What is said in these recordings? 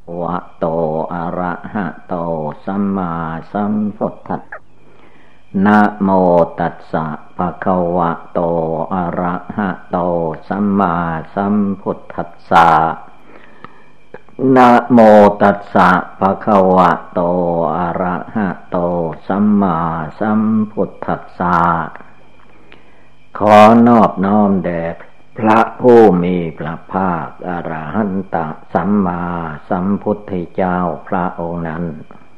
วะโตอะระหะโตสัมมาสัมพุทธัสสะนะโมตัสสะภะคะวะโตอะระหะโตสัมมาสัมพุทธัสสะนะโมตัสสะภะคะวะโตอะระหะโตสัมมาสัมพุทธัสสะขอนอบน้อมแด่พระผู้มีพระภาคอรหันตสัมมาสัมพุทธเจ้าพระองค์นั้น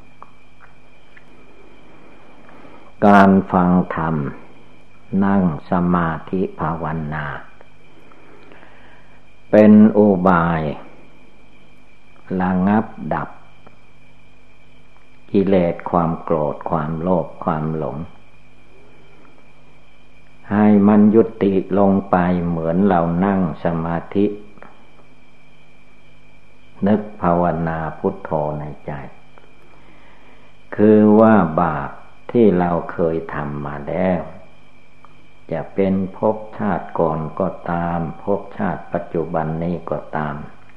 การฟังธรรมนั่งสมาธิภาวนาเป็นอุบายระงับดับกิเลสความโกรธความโลภความหลงให้มันยุติลงไปเหมือนเรานั่งสมาธินึกภาวนาพุทโธในใจคือว่าบาปที่เราเคยทำมาแล้วจะเป็นภพชาติก่อนก็ตามภพชาติปัจจุบันนี้ก็ตาม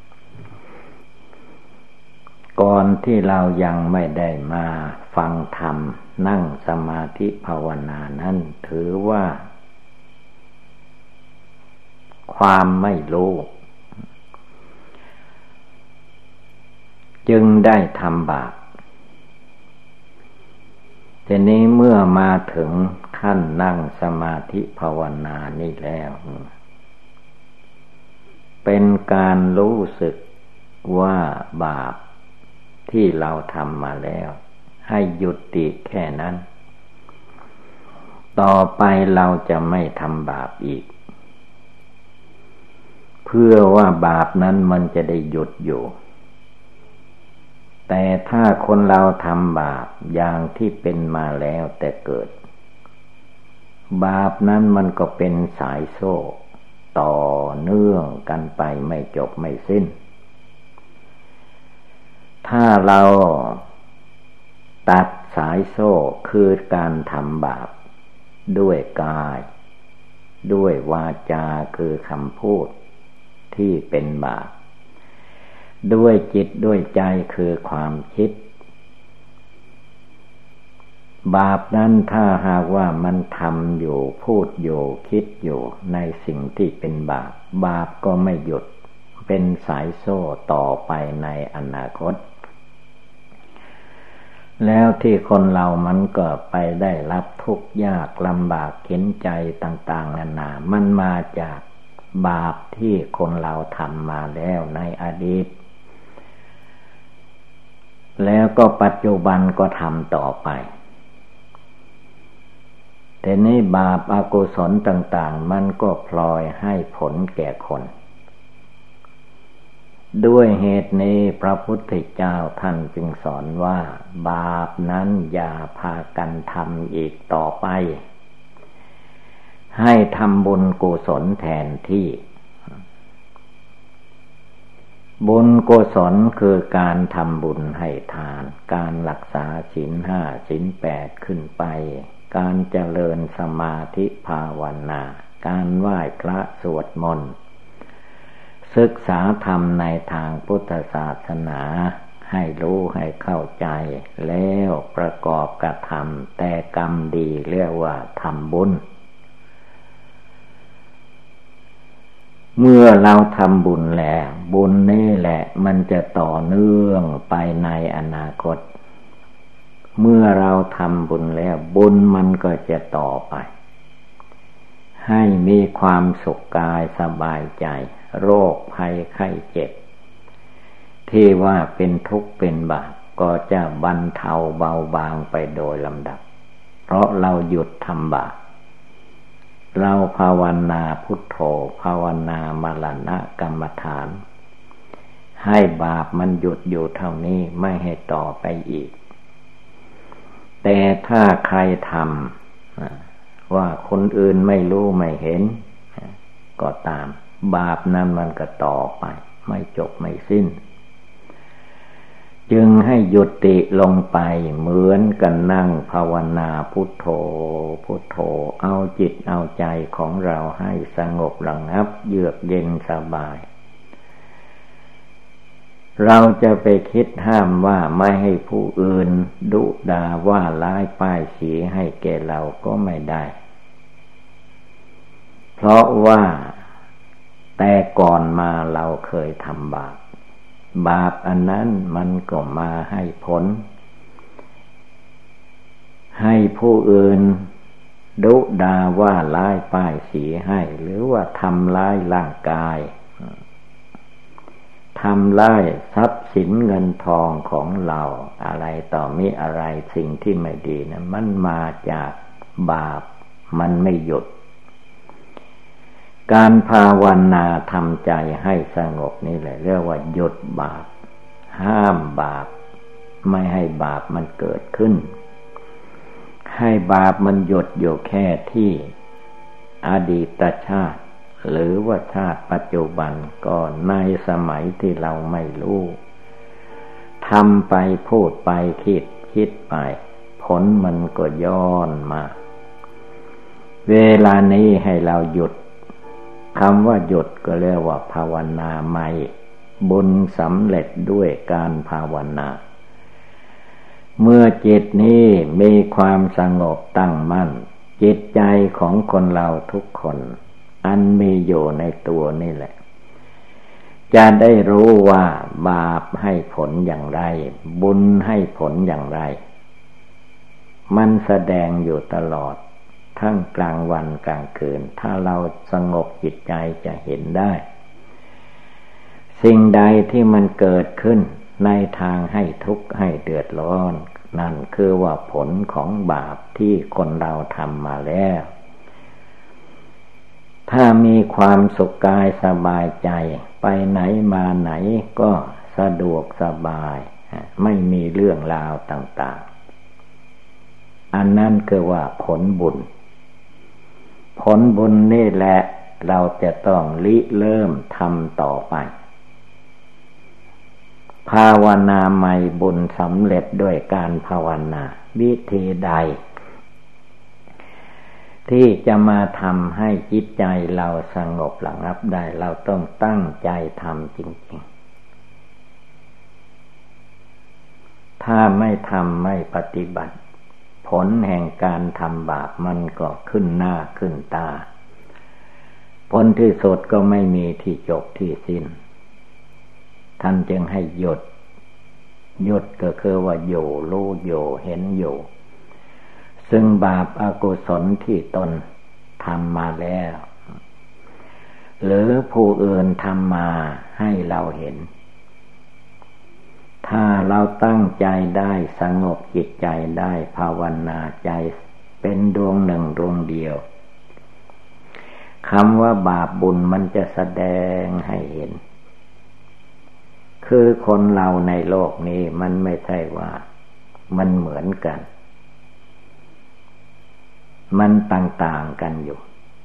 ก่อนที่เรายังไม่ได้มาฟังธรรมนั่งสมาธิภาวนานั้นถือว่าความไม่รู้จึงได้ทำบาปทีนี้เมื่อมาถึงขั้นนั่งสมาธิภาวนานี่แล้วเป็นการรู้สึกว่าบาปที่เราทำมาแล้วให้หยุดติแค่นั้นต่อไปเราจะไม่ทำบาปอีกเพื่อว่าบาปนั้นมันจะได้หยุดอยู่แต่ถ้าคนเราทำบาปอย่างที่เป็นมาแล้วแต่เกิดบาปนั้นมันก็เป็นสายโซ่ต่อเนื่องกันไปไม่จบไม่สิ้นถ้าเราตัดสายโซ่คือการทำบาปด้วยกายด้วยวาจาคือคำพูดที่เป็นบาปด้วยจิตด้วยใจคือความคิดบาปนั้นถ้าหากว่ามันทำอยู่พูดอยู่คิดอยู่ในสิ่งที่เป็นบาปบาปก็ไม่หยุดเป็นสายโซ่ต่อไปในอนาคตแล้วที่คนเรามันก็ไปได้รับทุกข์ยากลำบากเข็ญใจต่างๆนานามันมาจากบาปที่คนเราทำมาแล้วในอดีตแล้วก็ปัจจุบันก็ทำต่อไปแต่นี้บาปอกุศลต่างๆมันก็พลอยให้ผลแก่คนด้วยเหตุนี้พระพุทธเจ้าท่านจึงสอนว่าบาปนั้นอย่าพากันทำอีกต่อไปให้ทำบุญกุศลแทนที่บุญกุศลคือการทำบุญให้ทานการรักษาศีล 5 ศีล 8ขึ้นไปการเจริญสมาธิภาวนาการไหว้พระสวดมนต์ศึกษาธรรมในทางพุทธศาสนาให้รู้ให้เข้าใจแล้วประกอบกระทำแต่กรรมดีเรียกว่าทำบุญเมื่อเราทำบุญแล้วบุญนี่แหละมันจะต่อเนื่องไปในอนาคตเมื่อเราทำบุญแล้วบุญมันก็จะต่อไปให้มีความสุขกายสบายใจโรคภัยไข้เจ็บที่ว่าเป็นทุกข์เป็นบาปก็จะบรรเทาเบาบางไปโดยลำดับเพราะเราหยุดทำบาปเราภาวนาพุทโธภาวนามรณะกรรมฐานให้บาปมันหยุดอยู่เท่านี้ไม่ให้ต่อไปอีกแต่ถ้าใครทำว่าคนอื่นไม่รู้ไม่เห็นก็ตามบาปนั้นมันก็ต่อไปไม่จบไม่สิ้นจึงให้หยุดติลงไปเหมือนกันนั่งภาวนาพุทโธพุทโธเอาจิตเอาใจของเราให้สงบระงับเยือกเย็นสบายเราจะไปคิดห้ามว่าไม่ให้ผู้อื่นดุด่าว่าร้ายป้ายสีให้แก่เราก็ไม่ได้เพราะว่าแต่ก่อนมาเราเคยทำบาปอันนั้นมันก็มาให้ผลให้ผู้อื่นดุด่าว่าร้ายป้ายสีให้หรือว่าทำร้ายร่างกายทำร้ายทรัพย์สินเงินทองของเราอะไรต่อมีอะไรสิ่งที่ไม่ดีนะมันมาจากบาปมันไม่หยุดการภาวนาทำใจให้สงบนี่แหละเรียกว่าหยุดบาปห้ามบาปไม่ให้บาปมันเกิดขึ้นให้บาปมันหยุดอยู่แค่ที่อดีตชาติหรือว่าชาติปัจจุบันก็ในสมัยที่เราไม่รู้ทำไปพูดไปคิดไปผลมันก็ย้อนมาเวลานี้ให้เราหยุดคำว่าหยุดก็เรียกว่าภาวนาใหม่บุญสำเร็จด้วยการภาวนาเมื่อจิตนี้มีความสงบตั้งมั่นจิตใจของคนเราทุกคนอันมีอยู่ในตัวนี่แหละจะได้รู้ว่าบาปให้ผลอย่างไรบุญให้ผลอย่างไรมันแสดงอยู่ตลอดทั้งกลางวันกลางคืนถ้าเราสงบจิตใจจะเห็นได้สิ่งใดที่มันเกิดขึ้นในทางให้ทุกข์ให้เดือดร้อนนั่นคือว่าผลของบาปที่คนเราทำมาแล้วถ้ามีความสุขกายสบายใจไปไหนมาไหนก็สะดวกสบายไม่มีเรื่องราวต่างๆอันนั้นคือว่าผลบุญนี่แหละเราจะต้องริเริ่มทำต่อไปภาวนาใหม่บุญสำเร็จด้วยการภาวนาวิธีใดที่จะมาทำให้จิตใจเราสงบระงับได้เราต้องตั้งใจทำจริงๆถ้าไม่ทำไม่ปฏิบัติผลแห่งการทำบาปมันก็ขึ้นหน้าขึ้นตาผลที่สุดก็ไม่มีที่จบที่สิ้นท่านจึงให้หยุดก็คือว่าอยู่รู้อยู่เห็นอยู่ซึ่งบาปอกุศลที่ตนทำมาแล้วหรือผู้อื่นทำมาให้เราเห็นถ้าเราตั้งใจได้สงบจิตใจได้ภาวนาใจเป็นดวงหนึ่งดวงเดียวคำว่าบาปบุญมันจะแสดงให้เห็นคือคนเราในโลกนี้มันไม่ใช่ว่ามันเหมือนกันมันต่างๆกันอยู่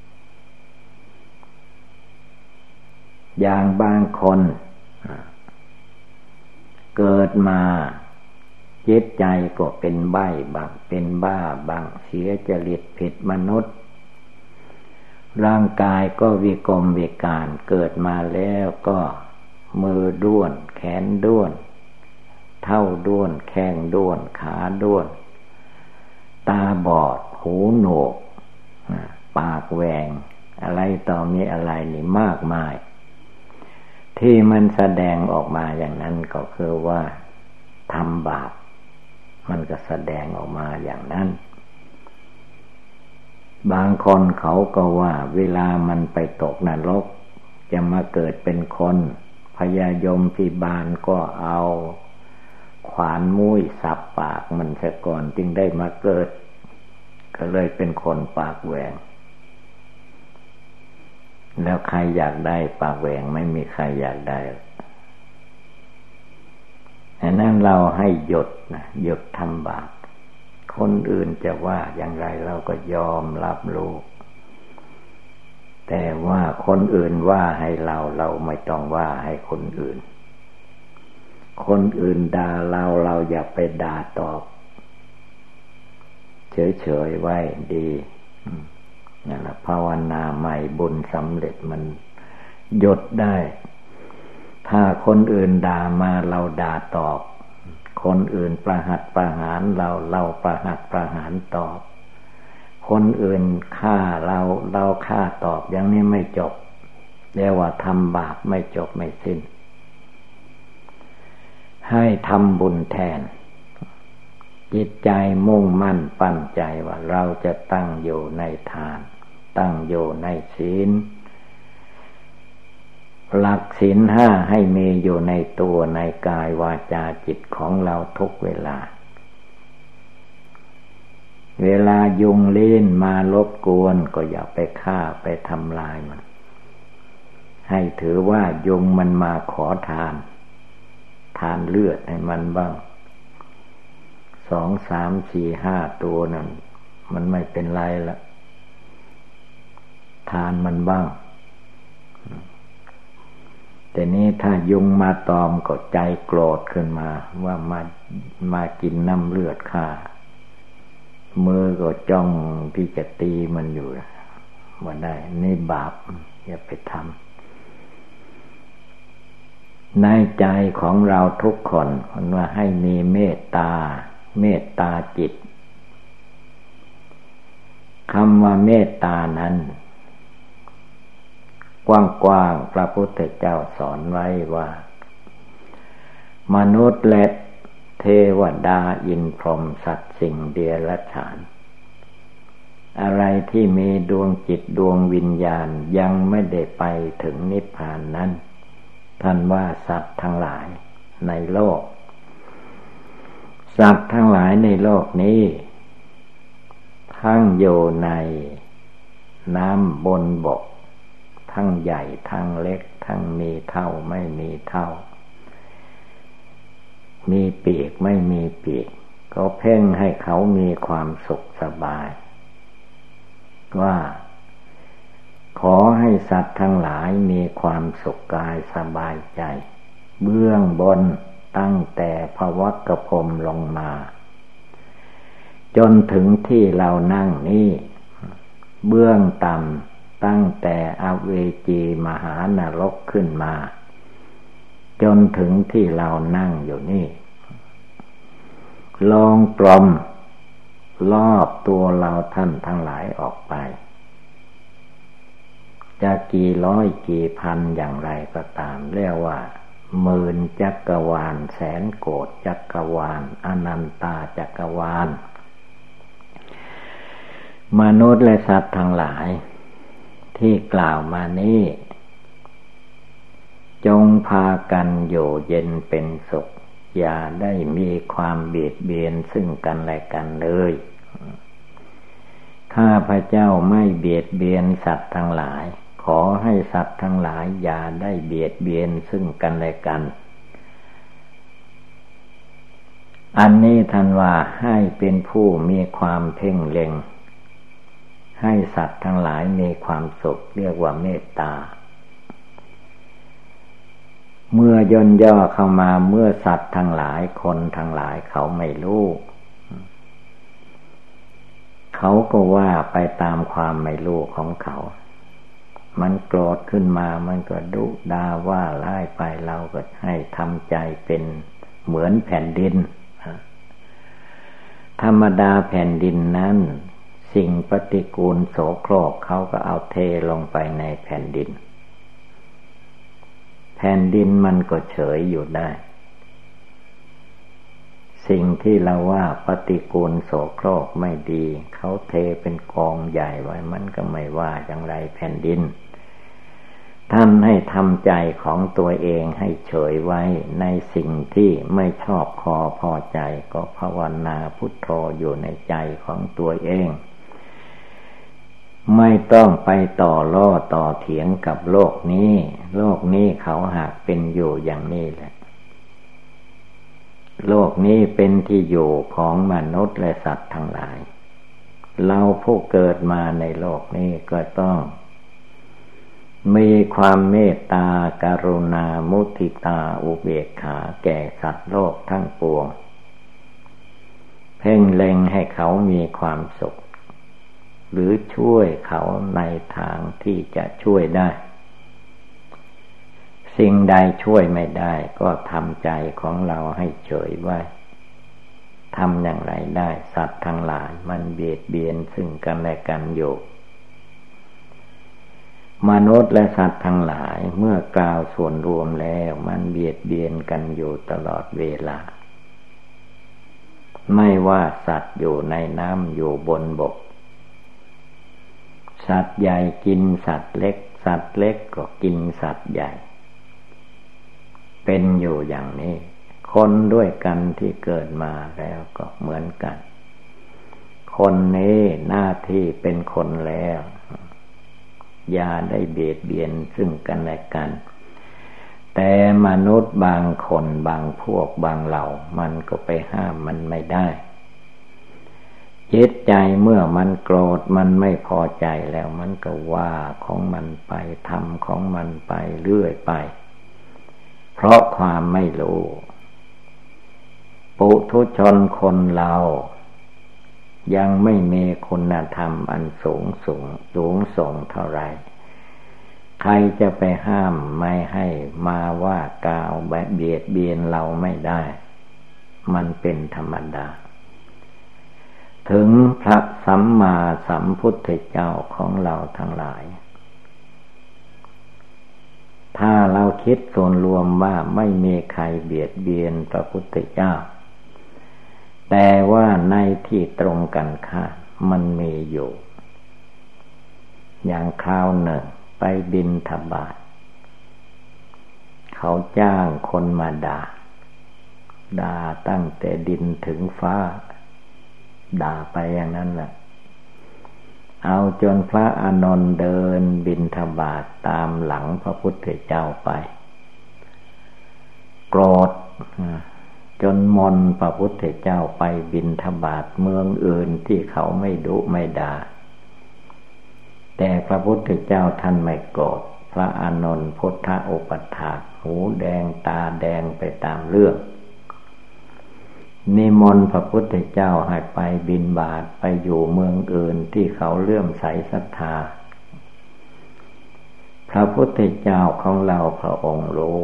อย่างบางคนเกิดมาจิตใจก็เป็นใบ้บ้างเป็นบ้าบ้างเสียจริตผิดมนุษย์ร่างกายก็วิกลวิการเกิดมาแล้วก็มือด้วนแขนด้วนเท้าด้วนแข้งด้วนขาด้วนตาบอดหูหนวกปากแหว่งอะไรต่อมีอะไรนี่มากมายที่มันแสดงออกมาอย่างนั้นก็คือว่าทำบาปมันก็แสดงออกมาอย่างนั้นบางคนเขาก็ว่าเวลามันไปตกนรกจะมาเกิดเป็นคนพญายมพิบาลก็เอาขวานมุ้ยสับปากมันซะก่อนจึงได้มาเกิดก็เลยเป็นคนปากแหว่งแล้วใครอยากได้ปากแหว่งไม่มีใครอยากได้ดังนั้นเราให้หยุดทำบาปคนอื่นจะว่าอย่างไรเราก็ยอมรับรู้แต่ว่าคนอื่นว่าให้เราไม่ต้องว่าให้คนอื่นคนอื่นด่าเราอย่าไปด่าตอบเฉยๆไว้ดีนั่นแหละภาวนาใหม่บุญสำเร็จมันหยุดได้ถ้าคนอื่นด่ามาเราด่าตอบคนอื่นประหัตประหารเราประหัตประหารตอบคนอื่นฆ่าเราฆ่าตอบอย่างนี้ไม่จบเรียกว่าทำบาปไม่จบไม่สิ้นให้ทำบุญแทนจิตใจมุ่งมั่นปั้นใจว่าเราจะตั้งอยู่ในทานตั้งอยู่ในศีลหลักศีลห้าให้มีอยู่ในตัวในกายวาจาจิตของเราทุกเวลายุงลิ้นมารบกวนก็อย่าไปฆ่าไปทำลายมันให้ถือว่ายุงมันมาขอทานเลือดให้มันบ้าง2 3 4 5ตัวนั่นมันไม่เป็นไรละทานมันบ้างแต่นี้ถ้ายุงมาตอมก็ใจโกรธขึ้นมาว่ามากินน้ำเลือดข้ามือก็จ้องที่จะตีมันอยู่บ่ได้นี่บาปอย่าไปทำในใจของเราทุกคนว่าให้มีเมตตาจิตคำว่าเมตตานั้นกว้างๆพระพุทธเจ้าสอนไว้ว่ามนุษย์และเทวดาอินพรหมสัตว์สิ่งเดรัจฉานอะไรที่มีดวงจิตดวงวิญญาณยังไม่ได้ไปถึงนิพพานนั้นท่านว่าสัตว์ทั้งหลายในโลกสัตว์ทั้งหลายในโลกนี้ทั้งอยู่ในน้ำบนบกทั้งใหญ่ทั้งเล็กทั้งมีเท่าไม่มีเท่ามีปีกไม่มีปีกก็เพ่งให้เขามีความสุขสบายว่าขอให้สัตว์ทั้งหลายมีความสุขกายสบายใจเบื้องบนตั้งแต่ภวัคพรหมลงมาจนถึงที่เรานั่งนี้เบื้องต่ำตั้งแต่อเวจีมหานรกขึ้นมาจนถึงที่เรานั่งอยู่นี่ลองกลมรอบตัวเราท่านทั้งหลายออกไปจะกี่ร้อยกี่พันอย่างไรก็ตามเรียกว่าหมื่นจักรวาลแสนโกฏจักรวาลอนันตาจักรวาลมนุษย์และสัตว์ทั้งหลายที่กล่าวมานี้จงพากันอยู่เย็นเป็นสุขอย่าได้มีความเบียดเบียนซึ่งกันและกันเลยข้าพเจ้าไม่เบียดเบียนสัตว์ทั้งหลายขอให้สัตว์ทั้งหลายอย่าได้เบียดเบียนซึ่งกันและกันอันนี้ท่านว่าให้เป็นผู้มีความเพ่งเล็งให้สัตว์ทั้งหลายมีความสุขเรียกว่าเมตตาเมื่อย่นย่อเข้ามาเมื่อสัตว์ทั้งหลายคนทั้งหลายเขาไม่รู้เขาก็ว่าไปตามความไม่รู้ของเขามันโกรธขึ้นมามันก็ดุด่าว่าไล่ไปเราก็ให้ทำใจเป็นเหมือนแผ่นดินธรรมดาแผ่นดินนั้นสิ่งปฏิกูลโสโครกเขาก็เอาเทลงไปในแผ่นดินแผ่นดินมันก็เฉยอยู่ได้สิ่งที่เราว่าปฏิกูลโสโครกไม่ดีเขาเทเป็นกองใหญ่ไว้มันก็ไม่ว่าอย่างไรแผ่นดินท่านให้ทำใจของตัวเองให้เฉยไว้ในสิ่งที่ไม่ชอบพอใจก็ภาวนาพุทโธอยู่ในใจของตัวเองไม่ต้องไปต่อล้อต่อเถียงกับโลกนี้เขาหากเป็นอยู่อย่างนี้แหละโลกนี้เป็นที่อยู่ของมนุษย์และสัตว์ทั้งหลายเราผู้เกิดมาในโลกนี้ก็ต้องมีความเมตตากรุณามุทิตาอุเบกขาแก่สัตว์โลกทั้งปวงเพ่งเล็งให้เขามีความสุขหรือช่วยเขาในทางที่จะช่วยได้สิ่งใดช่วยไม่ได้ก็ทำใจของเราให้เฉยไว้ทำอย่างไรได้สัตว์ทั้งหลายมันเบียดเบียนซึ่งกันและกันอยู่มนุษย์และสัตว์ทั้งหลายเมื่อกล่าวส่วนรวมแล้วมันเบียดเบียนกันอยู่ตลอดเวลาไม่ว่าสัตว์อยู่ในน้ำอยู่บนบกสัตว์ใหญ่กินสัตว์เล็กสัตว์เล็กก็กินสัตว์ใหญ่เป็นอยู่อย่างนี้คนด้วยกันที่เกิดมาแล้วก็เหมือนกันคนนี้หน้าที่เป็นคนแล้วอย่าได้เบียดเบียนซึ่งกันและกันแต่มนุษย์บางคนบางพวกบางเหล่ามันก็ไปห้ามมันไม่ได้จิตใจเมื่อมันโกรธมันไม่พอใจแล้วมันก็ว่าของมันไปทำของมันไปเรื่อยไปเพราะความไม่รู้ปุถุชนคนเรายังไม่มีคุณธรรมอันสูงส่งเท่าไรใครจะไปห้ามไม่ให้มาว่ากล่าวแบบเบียดเบียนเราไม่ได้มันเป็นธรรมดาถึงพระสัมมาสัมพุทธเจ้าของเราทั้งหลายถ้าเราคิดส่วนรวมว่าไม่มีใครเบียดเบียนพระพุทธเจ้าแต่ว่าในที่ตรงกันข้ามมันมีอยู่อย่างคราวหนึ่งไปบิณฑบาตเขาจ้างคนมาด่าตั้งแต่ดินถึงฟ้าด่าไปอย่างนั้นแหละเอาจนพระอานนท์เดินบิณฑบาตตามหลังพระพุทธเจ้าไปโกรธจนมนพระพุทธเจ้าไปบิณฑบาตเมืองอื่นที่เขาไม่ดุไม่ด่าแต่พระพุทธเจ้าท่านไม่โกรธพระอานนท์พุทธอุปถากหูแดงตาแดงไปตามเรื่องนิมนต์พระพุทธเจ้าให้ไปบิณฑบาตไปอยู่เมืองอื่นที่เขาเลื่อมใสศรัทธาพระพุทธเจ้าของเราพระองค์รู้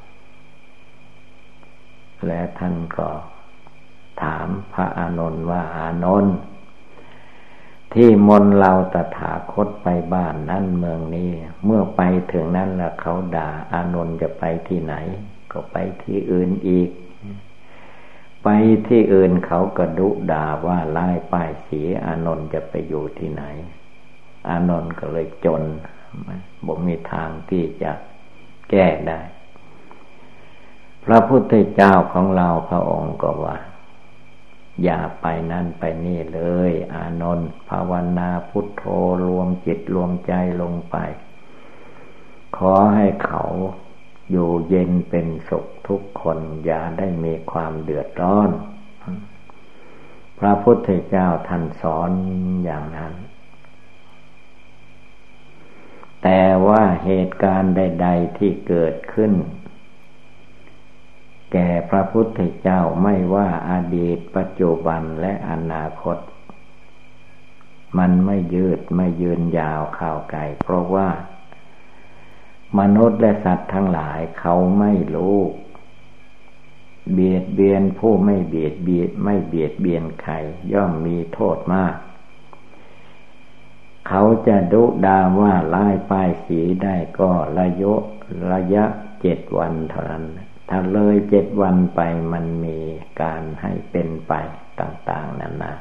และท่านก็ถามพระอานนท์ว่าอานนท์ที่มนต์เราตถาคตไปบ้านนั้นเมืองนี้เมื่อไปถึงนั้นแล้วเขาด่าอานนท์จะไปที่ไหนก็ไปที่อื่นอีกไปที่อื่นเขาก็ดุด่าว่าไล่ป้ายสีอานนท์จะไปอยู่ที่ไหนอานนท์ก็เลยจนบ่มีทางที่จะแก้ได้พระพุทธเจ้าของเราพระองค์ก็ว่าอย่าไปนั่นไปนี่เลยอานนท์ภาวนาพุทโธรวมจิตรวมใจลงไปขอให้เขาอยู่เย็นเป็นสุขทุกคนอย่าได้มีความเดือดร้อนพระพุทธเจ้าท่านสอนอย่างนั้นแต่ว่าเหตุการณ์ใดๆที่เกิดขึ้นแก่พระพุทธเจ้าไม่ว่าอดีตปัจจุบันและอนาคตมันไม่ยืนยาวข่าวไกลเพราะว่ามนุษย์และสัตว์ทั้งหลายเขาไม่รู้เบียดเบียนผู้ไม่เบียดเบียนใครย่อมมีโทษมากเขาจะดุด่าว่าไล่ป้ายสีได้ก็ระยะ7 วันเท่านั้นถ้าเลย7 วันไปมันมีการให้เป็นไปต่างๆนานา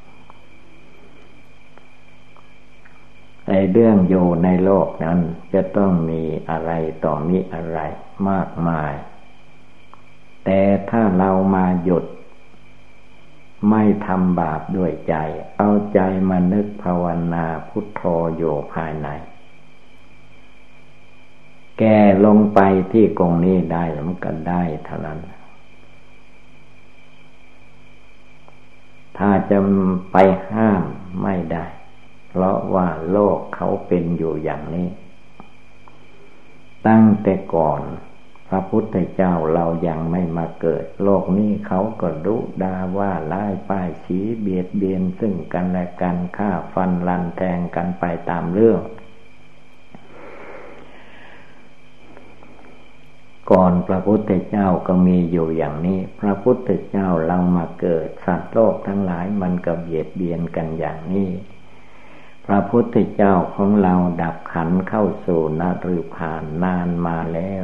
ไอ้เรื่องอยู่ในโลกนั้นจะต้องมีอะไรต่อมีอะไรมากมายแต่ถ้าเรามาหยุดไม่ทำบาปด้วยใจเอาใจมานึกภาวนาพุทโธอยู่ภายในแก้ลงไปที่กรงนี้ได้มันก็ได้เท่านั้นถ้าจะไปห้ามไม่ได้เพราะว่าโลกเขาเป็นอยู่อย่างนี้ตั้งแต่ก่อนพระพุทธเจ้าเรายังไม่มาเกิดโลกนี้เขาก็ดุด่าว่าไล่ป้ายสีเบียดเบียนซึ่งกันและกันฆ่าฟันลันแทงกันไปตามเรื่องก่อนพระพุทธเจ้าก็มีอยู่อย่างนี้พระพุทธเจ้าเรามาเกิดสัตว์โลกทั้งหลายมันก็เบียดเบียนกันอย่างนี้พระพุทธเจ้าของเราดับขันธ์เข้าสู่นฤพานนานมาแล้ว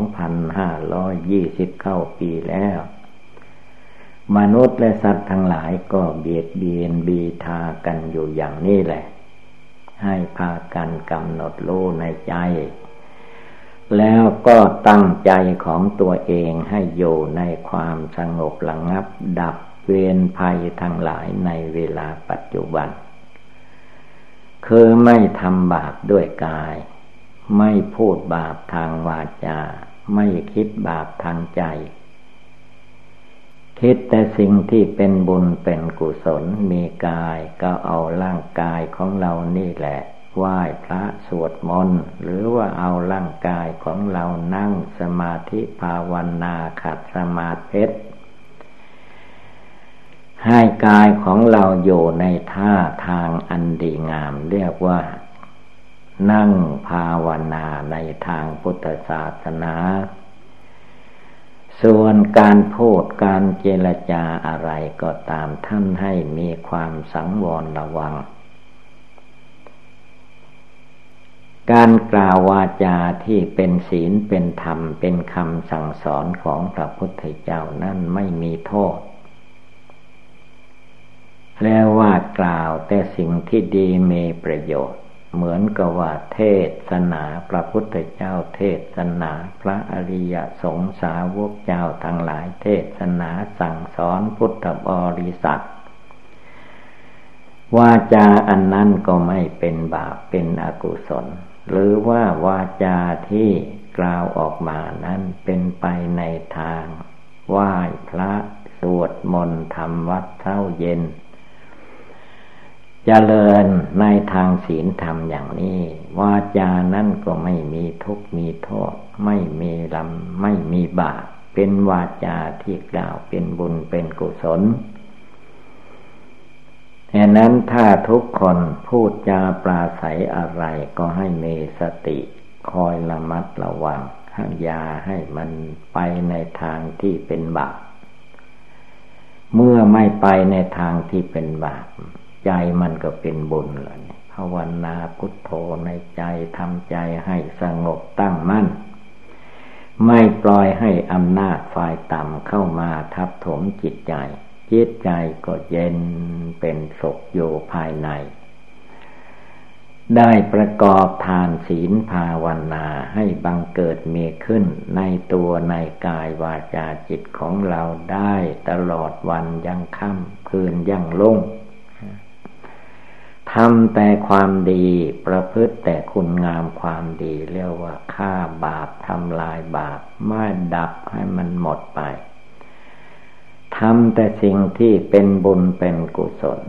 2,529 ปีแล้วมนุษย์และสัตว์ทั้งหลายก็เบียดเบียนบีทากันอยู่อย่างนี้แหละให้พากันกำหนดรู้ในใจแล้วก็ตั้งใจของตัวเองให้อยู่ในความสงบระงับดับเวรภัยทั้งหลายในเวลาปัจจุบันคือไม่ทำบาปด้วยกายไม่พูดบาปทางวาจาไม่คิดบาปทางใจคิดแต่สิ่งที่เป็นบุญเป็นกุศลมีกายก็เอาร่างกายของเรานี่แหละไหว้พระสวดมนต์หรือว่าเอาร่างกายของเรานั่งสมาธิภาวนาขัดสมาธิให้กายของเราอยู่ในท่าทางอันดีงามเรียกว่านั่งภาวนาในทางพุทธศาสนาส่วนการพูดการเจรจาอะไรก็ตามท่านให้มีความสังวรระวังการกล่าววาจาที่เป็นศีลเป็นธรรมเป็นคำสั่งสอนของพระพุทธเจ้านั้นไม่มีโทษแล้วว่ากล่าวแต่สิ่งที่ดีมีประโยชน์เหมือนกับว่าเทศนาพระพุทธเจ้าเทศนาพระอริยสงฆ์สาวกเจ้าทั้งหลายเทศนาสั่งสอนพุทธบริษัทวาจาอันนั้นก็ไม่เป็นบาปเป็นอกุศลหรือว่าวาจาที่กล่าวออกมานั้นเป็นไปในทางไหว้พระสวดมนต์ทำวัดเช้าเย็นเจริญในทางศีลธรรมอย่างนี้วาจานั้นก็ไม่มีทุกข์มีโทษไม่มีบาปเป็นวาจาที่กล่าวเป็นบุญเป็นกุศลดังนั้นถ้าทุกคนพูดจาปราศัยอะไรก็ให้มีสติคอยระมัดระวังอย่าให้มันไปในทางที่เป็นบาปเมื่อไม่ไปในทางที่เป็นบาปใจมันก็เป็นบุญเลยภาวนาพุทโธในใจทำใจให้สงบตั้งมั่นไม่ปล่อยให้อำนาจฝ่ายต่ำเข้ามาทับถมจิตใจก็เย็นเป็นสุขอยู่ภายในได้ประกอบทานศีลภาวนาให้บังเกิดมีขึ้นในตัวในกายวาจาจิตของเราได้ตลอดวันยังค่ำคืนยังลุ่งทำแต่ความดีประพฤติแต่คุณงามความดีเรียกว่าฆ่าบาปทำลายบาปไม่ดับให้มันหมดไปทำแต่สิ่งที่เป็นบุญเป็นกุศล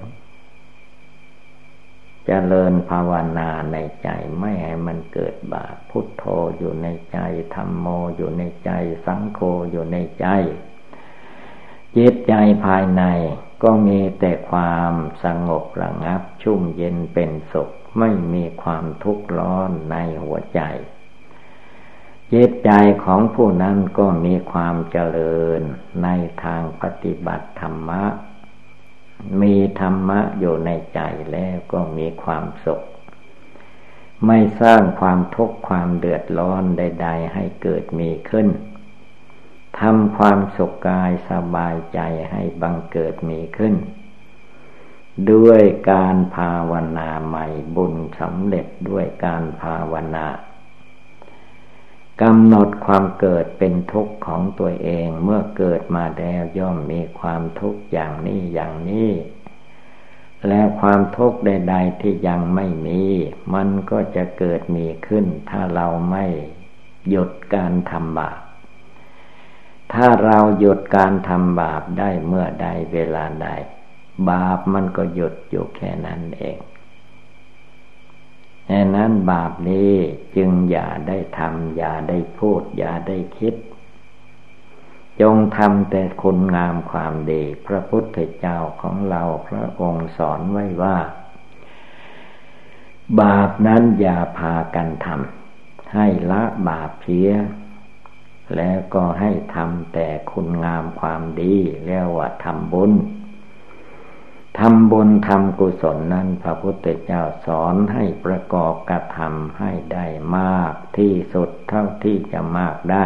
เจริญภาวนาในใจไม่ให้มันเกิดบาปพุทโธอยู่ในใจธัมโมอยู่ในใจสังโฆอยู่ในใจจิตใจภายในก็มีแต่ความสงบระงับชุ่มเย็นเป็นสุขไม่มีความทุกข์ร้อนในหัวใจจิตใจของผู้นั้นก็มีความเจริญในทางปฏิบัติธรรมะมีธรรมะอยู่ในใจแล้วก็มีความสุขไม่สร้างความทุกข์ความเดือดร้อนใดๆให้เกิดมีขึ้นทำความสุขกายสบายใจให้บังเกิดมีขึ้นด้วยการภาวนาใหม่บุญสำเร็จด้วยการภาวนากำหนดความเกิดเป็นทุกข์ของตัวเองเมื่อเกิดมาแล้วย่อมมีความทุกข์อย่างนี้และความทุกข์ใดๆที่ยังไม่มีมันก็จะเกิดมีขึ้นถ้าเราไม่หยุดการทำบาปถ้าเราหยุดการทำบาปได้เมื่อใดเวลาใดบาปมันก็หยุดอยู่แค่นั้นเองดังนั้นบาปนี้จึงอย่าได้ทำอย่าได้พูดอย่าได้คิดจงทำแต่คุณงามความดีพระพุทธเจ้าของเราพระองค์สอนไว้ว่าบาปนั้นอย่าพากันทำให้ละบาปเสียแล้วก็ให้ทำแต่คุณงามความดีเรียกว่าทำบุญทำบุญทำกุศลนั้นพระพุทธเจ้าสอนให้ประกอบกระทำให้ได้มากที่สุดเท่าที่จะมากได้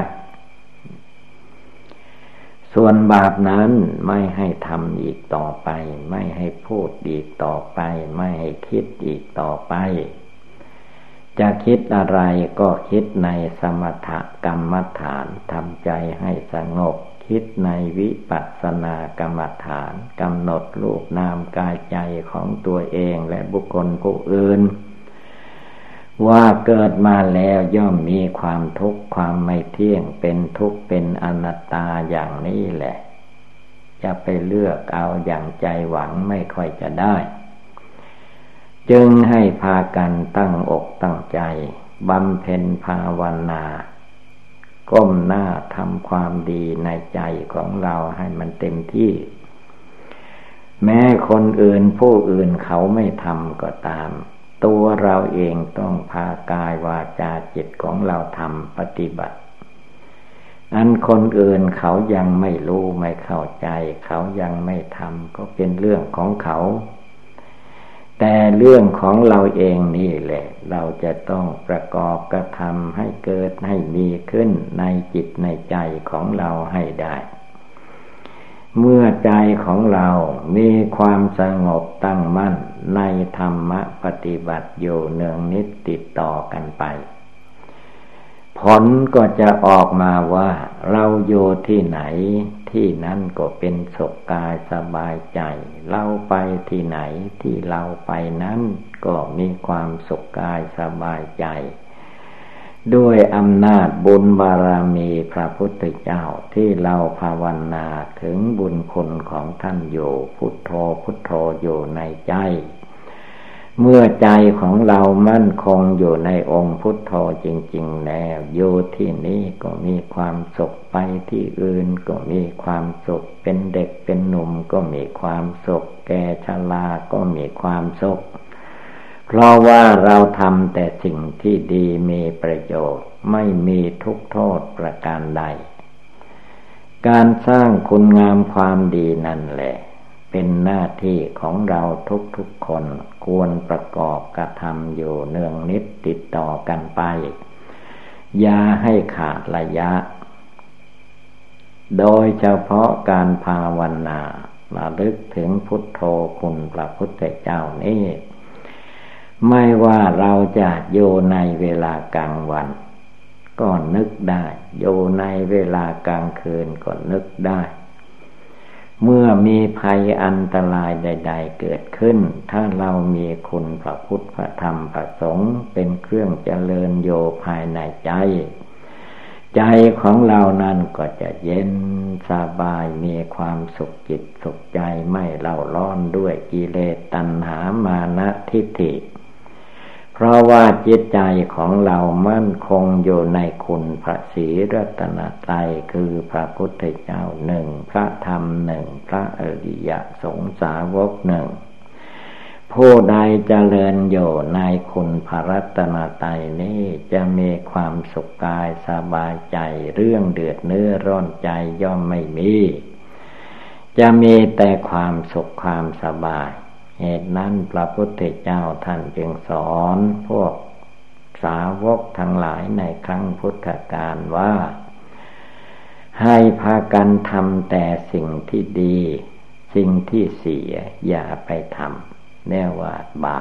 ส่วนบาปนั้นไม่ให้ทำอีกต่อไปไม่ให้พูดอีกต่อไปไม่ให้คิดอีกต่อไปจะคิดอะไรก็คิดในสมถกรรมฐานทำใจให้สงบคิดในวิปัสสนากรรมฐานกำหนดรูปนามกายใจของตัวเองและบุคคลผู้อื่นว่าเกิดมาแล้วย่อมมีความทุกข์ความไม่เที่ยงเป็นทุกข์เป็นอนัตตาอย่างนี้แหละจะไปเลือกเอาอย่างใจหวังไม่ค่อยจะได้จึงให้พากันตั้งอกตั้งใจบำเพ็ญภาวนาก้มหน้าทำความดีในใจของเราให้มันเต็มที่แม้คนอื่นผู้อื่นเขาไม่ทำก็ตามตัวเราเองต้องพากายวาจาจิตของเราทำปฏิบัติอันคนอื่นเขายังไม่รู้ไม่เข้าใจเขายังไม่ทำก็เป็นเรื่องของเขาแต่เรื่องของเราเองนี่แหละเราจะต้องประกอบกระทำให้เกิดให้มีขึ้นในจิตในใจของเราให้ได้เมื่อใจของเรามีความสงบตั้งมั่นในธรรมะปฏิบัติอยู่เนืองนิดติดต่อกันไปผลก็จะออกมาว่าเราอยู่ที่ไหนที่นั้นก็เป็นสุขกายสบายใจเราไปที่ไหนที่เราไปนั้นก็มีความสุขกายสบายใจด้วยอำนาจบุญบารมีพระพุทธเจ้าที่เราภาวนาถึงบุญคุณของท่านอยู่พุทโธพุทโธอยู่ในใจเมื่อใจของเรามั่นคงอยู่ในองค์พุทโธจริงๆแล้วอยู่ที่นี้ก็มีความสุขไปที่อื่นก็มีความสุขเป็นเด็กเป็นหนุ่มก็มีความสุขแก่ชราก็มีความสุขเพราะว่าเราทำแต่สิ่งที่ดีมีประโยชน์ไม่มีทุกข์โทษประการใดการสร้างคุณงามความดีนั่นแหละเป็นหน้าที่ของเราทุกๆคนควรประกอบกระทำอยู่เนืองนิดติดต่อกันไปอย่าให้ขาดระยะโดยเฉพาะการภาวนาระลึกถึงพุทโธคุณพระพุทธเจ้านี้ไม่ว่าเราจะอยู่ในเวลากลางวันก็นึกได้อยู่ในเวลากลางคืนก็นึกได้เมื่อมีภัยอันตรายใดๆเกิดขึ้นถ้าเรามีคุณพระพุทธพระธรรมพระสงฆ์เป็นเครื่องเจริญโยภายในใจใจของเรานั้นก็จะเย็นสบายมีความสุขจิตสุขใจไม่เล่าร้อนด้วยกิเลสตัณหามานะทิฏฐิเพราะว่าจิตใจของเรามั่นคงอยู่ในคุณพระศรีรัตนตรัยคือพระพุทธเจ้าหนึ่งพระธรรมหนึ่งพระอริยสงฆ์สาวกหนึ่งผู้ใดเจริญอยู่ในคุณพระรัตนตรัยนี้จะมีความสุขกายสบายใจเรื่องเดือดเนื้อร้อนใจย่อมไม่มีจะมีแต่ความสุขความสบายเหตุนั้นพระพุทธเจ้าท่านจึงสอนพวกสาวกทั้งหลายในครั้งพุทธกาลว่าให้พากันทำแต่สิ่งที่ดีสิ่งที่เสียอย่าไปทำแน่ว่า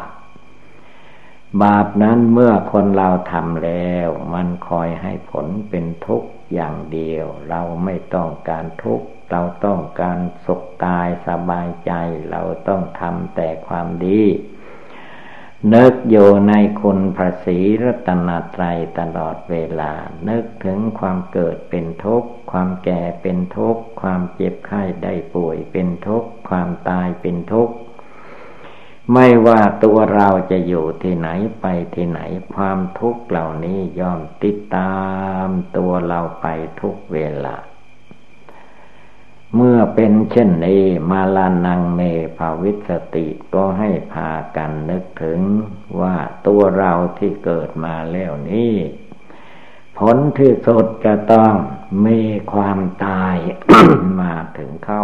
บาปนั้นเมื่อคนเราทำแล้วมันคอยให้ผลเป็นทุกข์อย่างเดียวเราไม่ต้องการทุกข์เราต้องการสุขกายสบายใจเราต้องทำแต่ความดีนึกอยู่ในคุณพระศรีรัตนตรัยตลอดเวลานึกถึงความเกิดเป็นทุกข์ความแก่เป็นทุกข์ความเจ็บไข้ได้ป่วยเป็นทุกข์ความตายเป็นทุกข์ไม่ว่าตัวเราจะอยู่ที่ไหนไปที่ไหนความทุกข์เหล่านี้ย่อมติดตามตัวเราไปทุกเวลาเมื่อเป็นเช่นนี้มาลานังเมภาวิสติก็ให้พากันนึกถึงว่าตัวเราที่เกิดมาแล้วนี้ผลที่สุดจะต้องมีความตาย มาถึงเข้า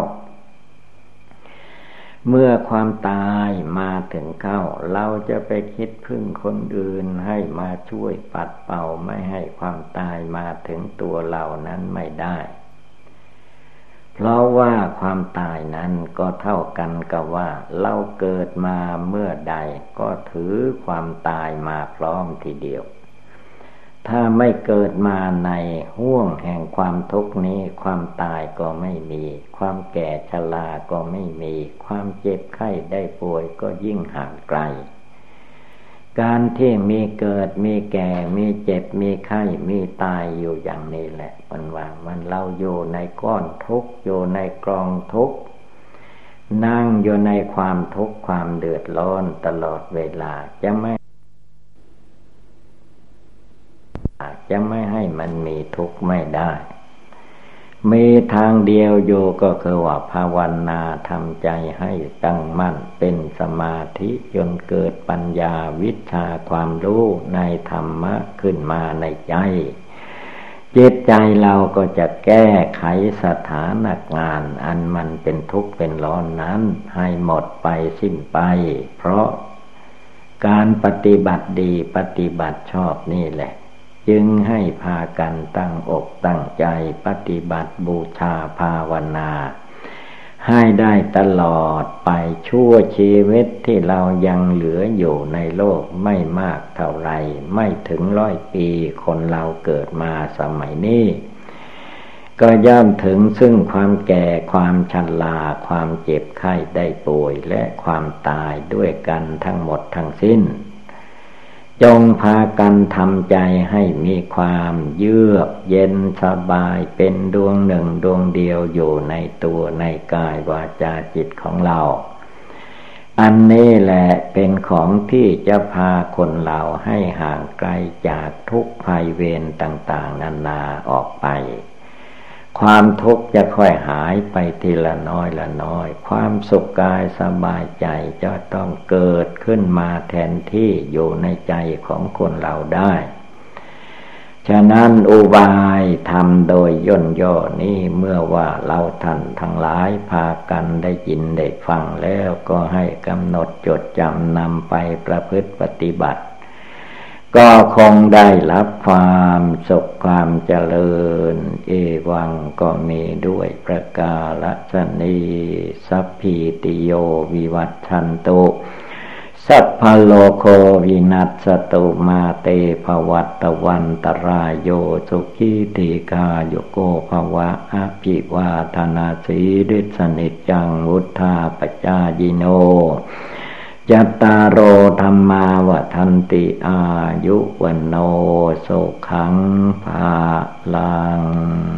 เมื่อความตายมาถึงเข้าเราจะไปคิดพึ่งคนอื่นให้มาช่วยปัดเป่าไม่ให้ความตายมาถึงตัวเรานั้นไม่ได้เพราะว่าความตายนั้นก็เท่ากันกับว่าเราเกิดมาเมื่อใดก็ถือความตายมาพร้อมทีเดียวถ้าไม่เกิดมาในห้วงแห่งความทุกข์นี้ความตายก็ไม่มีความแก่ชราก็ไม่มีความเจ็บไข้ได้ป่วยก็ยิ่งห่างไกลการที่มีเกิดมีแก่มีเจ็บมีไข้มีตายอยู่อย่างนี้แหละมันว่ามันเราอยู่ในก้อนทุกข์อยู่ในกองทุกข์นั่งอยู่ในความทุกข์ความเดือดร้อนตลอดเวลาจะไม่ให้มันมีทุกข์ไม่ได้มีทางเดียวอยู่ก็คือว่าภาวนาทำใจให้ตั้งมั่นเป็นสมาธิจนเกิดปัญญาวิชาความรู้ในธรรมะขึ้นมาในใจจิตใจเราก็จะแก้ไขสถานการณ์อันมันเป็นทุกข์เป็นร้อนนั้นให้หมดไปสิ้นไปเพราะการปฏิบัติดีปฏิบัติชอบนี่แหละจึงให้พากันตั้งอกตั้งใจปฏิบัติบูชาภาวนาให้ได้ตลอดไปชั่วชีวิตที่เรายังเหลืออยู่ในโลกไม่มากเท่าไรไม่ถึง100 ปีคนเราเกิดมาสมัยนี้ก็ย่อมถึงซึ่งความแก่ความชราความเจ็บไข้ได้ป่วยและความตายด้วยกันทั้งหมดทั้งสิ้นจงพากันทำใจให้มีความเยือกเย็นสบายเป็นดวงหนึ่งดวงเดียวอยู่ในตัวในกายวาจาจิตของเราอันนี้แหละเป็นของที่จะพาคนเราให้ห่างไกลจากทุกข์ภัยเวรต่างๆนานาออกไปความทุกข์จะค่อยหายไปทีละน้อยละน้อยความสุขกายสบายใจจะต้องเกิดขึ้นมาแทนที่อยู่ในใจของคนเราได้ฉะนั้นอุบายทำโดยย่นย่อนี้เมื่อว่าเราท่านทั้งหลายพากันได้ยินได้ฟังแล้วก็ให้กำหนดจดจำนำไปประพฤติปฏิบัติก็คงได้รับความสุขความเจริญเอวังก็มีด้วยประกาศนีสัพพิติโยวิวัชชันตุสัพพะโลกวินัสตุมาเตภวัตวันตรายโยสุขีติกาโยโกภวะอภิวาทนาสีริสนิจจังวุธาปจายิโนจัตตารโอธรรมาวทันติอายุวันโนสุขังภาลัง